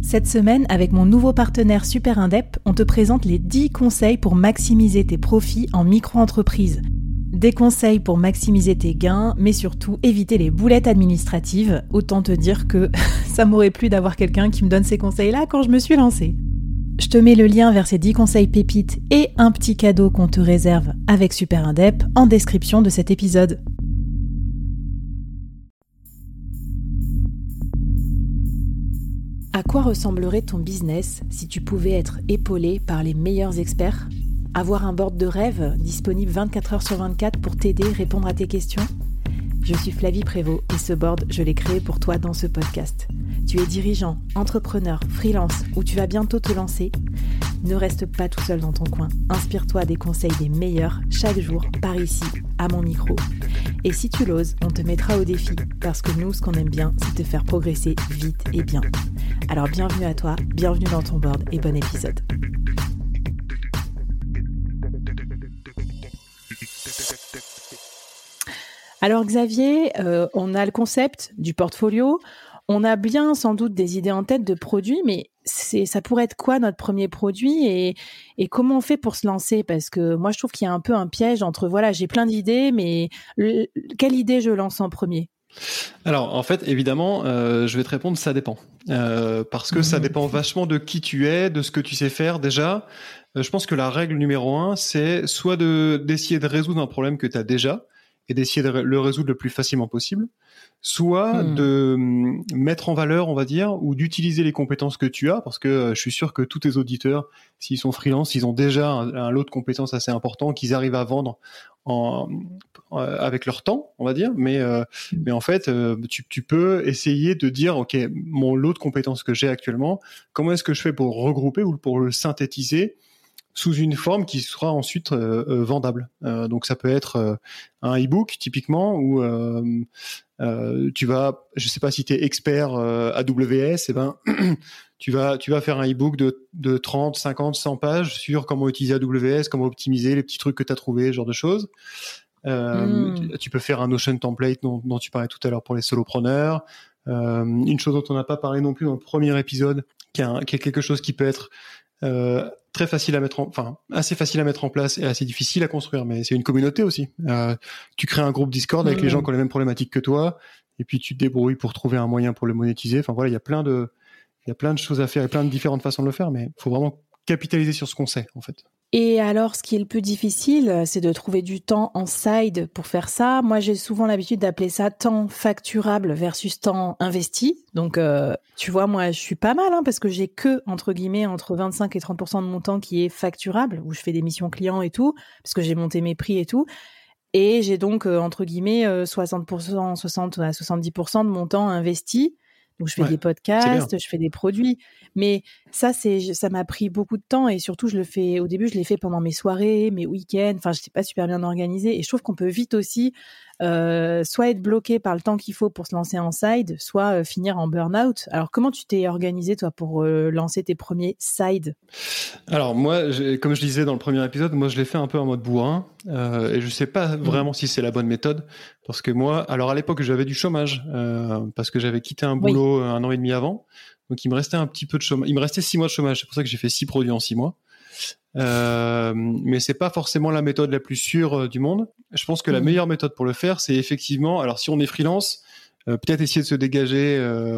Cette semaine, avec mon nouveau partenaire Super Indep, on te présente les 10 conseils pour maximiser tes profits en micro-entreprise. Des conseils pour maximiser tes gains, mais surtout éviter les boulettes administratives. Autant te dire que ça m'aurait plu d'avoir quelqu'un qui me donne ces conseils-là quand je me suis lancée. Je te mets le lien vers ces 10 conseils pépites et un petit cadeau qu'on te réserve avec Super Indep en description de cet épisode. À quoi ressemblerait ton business si tu pouvais être épaulé par les meilleurs experts ? Avoir un board de rêve disponible 24 heures sur 24 pour t'aider, répondre à tes questions ? Je suis Flavie Prévost et ce board, je l'ai créé pour toi dans ce podcast. Tu es dirigeant, entrepreneur, freelance ou tu vas bientôt te lancer ? Ne reste pas tout seul dans ton coin. Inspire-toi des conseils des meilleurs chaque jour par ici, à mon micro. Et si tu l'oses, on te mettra au défi parce que nous, ce qu'on aime bien, c'est te faire progresser vite et bien. Alors bienvenue à toi, bienvenue dans ton board et bon épisode. Alors Xavier, on a le concept du portfolio, on a bien sans doute des idées en tête de produits, mais ça pourrait être quoi notre premier produit et comment on fait pour se lancer ? Parce que moi je trouve qu'il y a un peu un piège entre voilà, j'ai plein d'idées, mais quelle idée je lance en premier ? Alors, en fait, évidemment, je vais te répondre, ça dépend. Parce que ça dépend vachement de qui tu es, de ce que tu sais faire déjà. Je pense que la règle numéro 1, c'est soit d'essayer de résoudre un problème que tu as déjà et d'essayer de le résoudre le plus facilement possible, soit de mettre en valeur, on va dire, ou d'utiliser les compétences que tu as, parce que je suis sûr que tous tes auditeurs, s'ils sont freelance, ils ont déjà un lot de compétences assez important qu'ils arrivent à vendre avec leur temps, on va dire, mais en fait, tu peux essayer de dire, ok, mon lot de compétences que j'ai actuellement, comment est-ce que je fais pour le regrouper ou pour le synthétiser sous une forme qui sera ensuite vendable. Donc ça peut être un e-book typiquement où tu vas, je sais pas si tu es expert AWS, tu vas faire un e-book de 30, 50, 100 pages sur comment utiliser AWS, comment optimiser les petits trucs que tu as trouvés, ce genre de choses. Tu peux faire un Notion template dont tu parlais tout à l'heure pour les solopreneurs. Une chose dont on n'a pas parlé non plus dans le premier épisode, qui est quelque chose qui peut être très facile à assez facile à mettre en place et assez difficile à construire, mais c'est une communauté aussi. Tu crées un groupe Discord avec les gens qui ont les mêmes problématiques que toi, et puis tu te débrouilles pour trouver un moyen pour le monétiser. Enfin voilà, il y a plein de choses à faire et plein de différentes façons de le faire, mais il faut vraiment capitaliser sur ce qu'on sait, en fait. Et alors, ce qui est le plus difficile, c'est de trouver du temps en side pour faire ça. Moi, j'ai souvent l'habitude d'appeler ça temps facturable versus temps investi. Donc, tu vois, moi, je suis pas mal, parce que j'ai que, entre guillemets, entre 25 et 30% de mon temps qui est facturable, où je fais des missions clients et tout, parce que j'ai monté mes prix et tout. Et j'ai donc, entre guillemets, 60%, 60 à 70% de mon temps investi. Donc, je fais des podcasts, je fais des produits. Mais ça m'a pris beaucoup de temps et surtout, au début, je l'ai fait pendant mes soirées, mes week-ends. Enfin, je n'étais pas super bien organisée et je trouve qu'on peut vite aussi soit être bloqué par le temps qu'il faut pour se lancer en side, soit finir en burn-out. Alors, comment tu t'es organisé, toi, pour lancer tes premiers sides ? Alors, moi, comme je disais dans le premier épisode, moi, je l'ai fait un peu en mode bourrin et je sais pas vraiment si c'est la bonne méthode parce que moi, alors à l'époque, j'avais du chômage parce que j'avais quitté un boulot 1 an et demi avant. Donc, il me restait un petit peu de chômage. Il me restait 6 mois de chômage. C'est pour ça que j'ai fait 6 produits en 6 mois. Mais c'est pas forcément la méthode la plus sûre du monde. Je pense que la meilleure méthode pour le faire, c'est effectivement, alors si on est freelance, peut-être essayer de se dégager,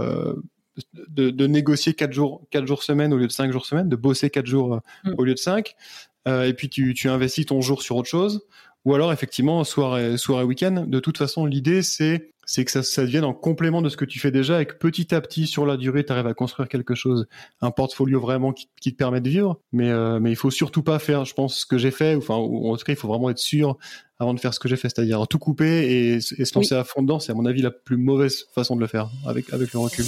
de négocier 4 jours semaine au lieu de 5 jours semaine, de bosser 4 jours au lieu de 5. Et puis tu investis ton jour sur autre chose. Ou alors, effectivement, soirée week-end. De toute façon, l'idée, c'est que ça devienne en complément de ce que tu fais déjà et que petit à petit, sur la durée, tu arrives à construire quelque chose, un portfolio vraiment qui te permet de vivre. Mais il faut surtout pas faire, je pense, ce que j'ai fait. Ou en tout cas, il faut vraiment être sûr avant de faire ce que j'ai fait. C'est-à-dire tout couper et se lancer à fond dedans. C'est, à mon avis, la plus mauvaise façon de le faire avec le recul.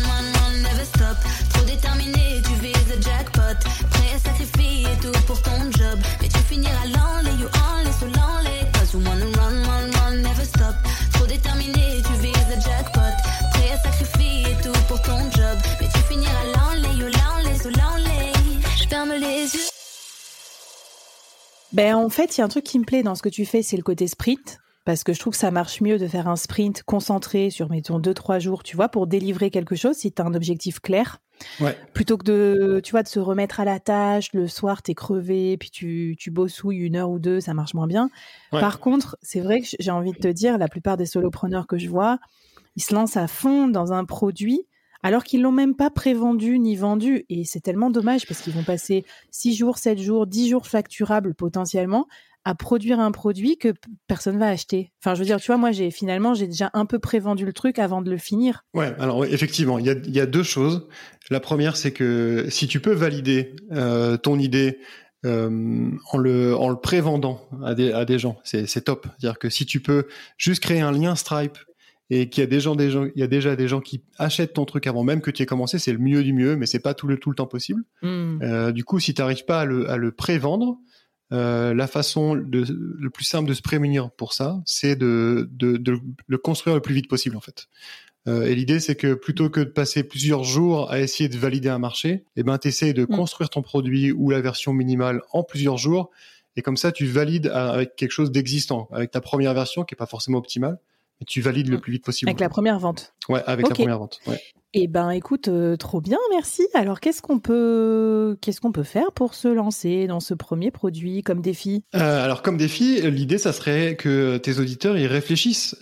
En fait, il y a un truc qui me plaît dans ce que tu fais, c'est le côté sprint. Parce que je trouve que ça marche mieux de faire un sprint concentré sur, mettons, 2-3 jours, tu vois, pour délivrer quelque chose si tu as un objectif clair. Ouais. Plutôt que de se remettre à la tâche, le soir, t'es crevé, puis tu bossouilles 1 heure ou 2, ça marche moins bien. Ouais. Par contre, c'est vrai que j'ai envie de te dire, la plupart des solopreneurs que je vois, ils se lancent à fond dans un produit alors qu'ils l'ont même pas prévendu ni vendu. Et c'est tellement dommage parce qu'ils vont passer 6 jours, 7 jours, 10 jours facturables potentiellement à produire un produit que personne va acheter. Enfin, je veux dire, tu vois, moi, j'ai déjà un peu prévendu le truc avant de le finir. Ouais, alors effectivement, il y a 2 choses. La première, c'est que si tu peux valider ton idée en le prévendant à des gens, c'est top. C'est-à-dire que si tu peux juste créer un lien Stripe et qu'il y a il y a déjà des gens qui achètent ton truc avant même que tu aies commencé, c'est le mieux du mieux, mais c'est pas tout le temps possible. Du coup, si tu n'arrives pas à le prévendre, la façon le plus simple de se prémunir pour ça, c'est de le construire le plus vite possible en fait. Et l'idée, c'est que plutôt que de passer plusieurs jours à essayer de valider un marché, t'essayes de construire ton produit ou la version minimale en plusieurs jours, et comme ça, tu valides avec quelque chose d'existant, avec ta première version qui est pas forcément optimale, mais tu valides le plus vite possible. Avec la première vente. Ouais, avec la première vente. Ouais. Eh ben, écoute, trop bien, merci. Alors, qu'est-ce qu'on peut faire pour se lancer dans ce premier produit comme défi ? Alors, comme défi, l'idée, ça serait que tes auditeurs, ils réfléchissent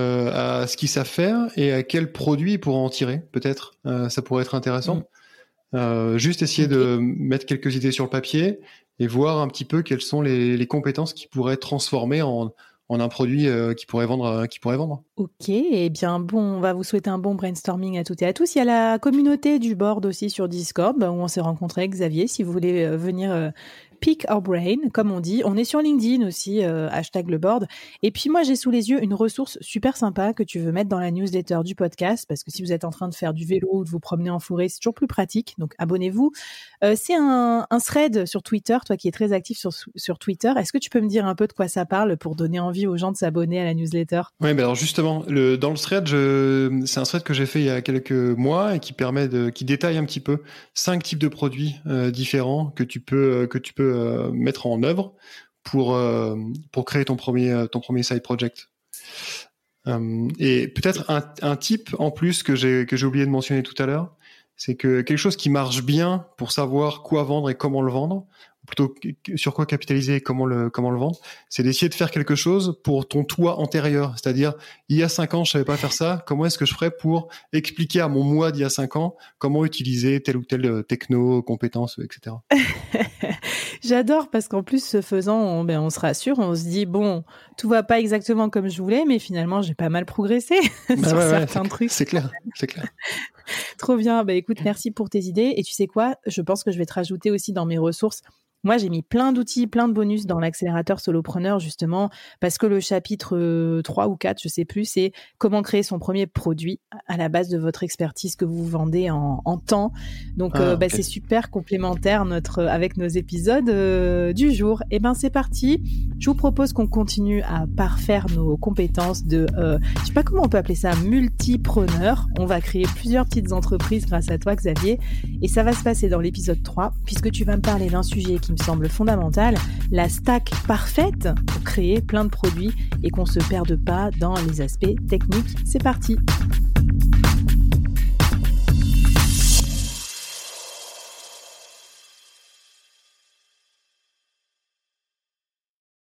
à ce qu'ils savent faire et à quel produit ils pourront en tirer, peut-être. Ça pourrait être intéressant. Juste essayer de mettre quelques idées sur le papier et voir un petit peu quelles sont les compétences qui pourraient transformer en un produit qui pourrait vendre. Ok, eh bien bon, on va vous souhaiter un bon brainstorming à toutes et à tous. Il y a la communauté du board aussi sur Discord où on s'est rencontrés avec Xavier. Si vous voulez venir pick our brain, comme on dit. On est sur LinkedIn aussi, #le board. Et puis moi, j'ai sous les yeux une ressource super sympa que tu veux mettre dans la newsletter du podcast, parce que si vous êtes en train de faire du vélo ou de vous promener en forêt, c'est toujours plus pratique. Donc abonnez-vous. C'est un thread sur Twitter, toi qui es très actif sur Twitter. Est-ce que tu peux me dire un peu de quoi ça parle pour donner envie aux gens de s'abonner à la newsletter ? Oui, ben alors justement, dans le thread, c'est un thread que j'ai fait il y a quelques mois et qui détaille un petit peu 5 types de produits différents que tu peux mettre en œuvre pour créer ton premier side project. Et peut-être un tip en plus que j'ai oublié de mentionner tout à l'heure, c'est que quelque chose qui marche bien pour savoir quoi vendre et comment le vendre, plutôt sur quoi capitaliser et comment le vendre, c'est d'essayer de faire quelque chose pour ton toi antérieur. C'est-à-dire, il y a 5 ans, je savais pas faire ça. Comment est-ce que je ferais pour expliquer à mon moi d'il y a 5 ans comment utiliser telle ou telle techno, compétence, etc. J'adore parce qu'en plus, ce faisant, on se rassure, on se dit, bon, tout va pas exactement comme je voulais, mais finalement, j'ai pas mal progressé sur certains trucs. C'est clair. Trop bien. Bah, écoute, merci pour tes idées. Et tu sais quoi? Je pense que je vais te rajouter aussi dans mes ressources. Moi, j'ai mis plein d'outils, plein de bonus dans l'accélérateur solopreneur, justement, parce que le chapitre 3 ou 4, je sais plus, c'est comment créer son premier produit à la base de votre expertise que vous vendez en temps. Donc, okay. C'est super complémentaire avec nos épisodes du jour. Et ben, c'est parti. Je vous propose qu'on continue à parfaire nos compétences de, je sais pas comment on peut appeler ça, multipreneur. On va créer plusieurs petites entreprises grâce à toi, Xavier. Et ça va se passer dans l'épisode 3, puisque tu vas me parler d'un sujet qui me semble fondamental, la stack parfaite pour créer plein de produits et qu'on se perde pas dans les aspects techniques. C'est parti!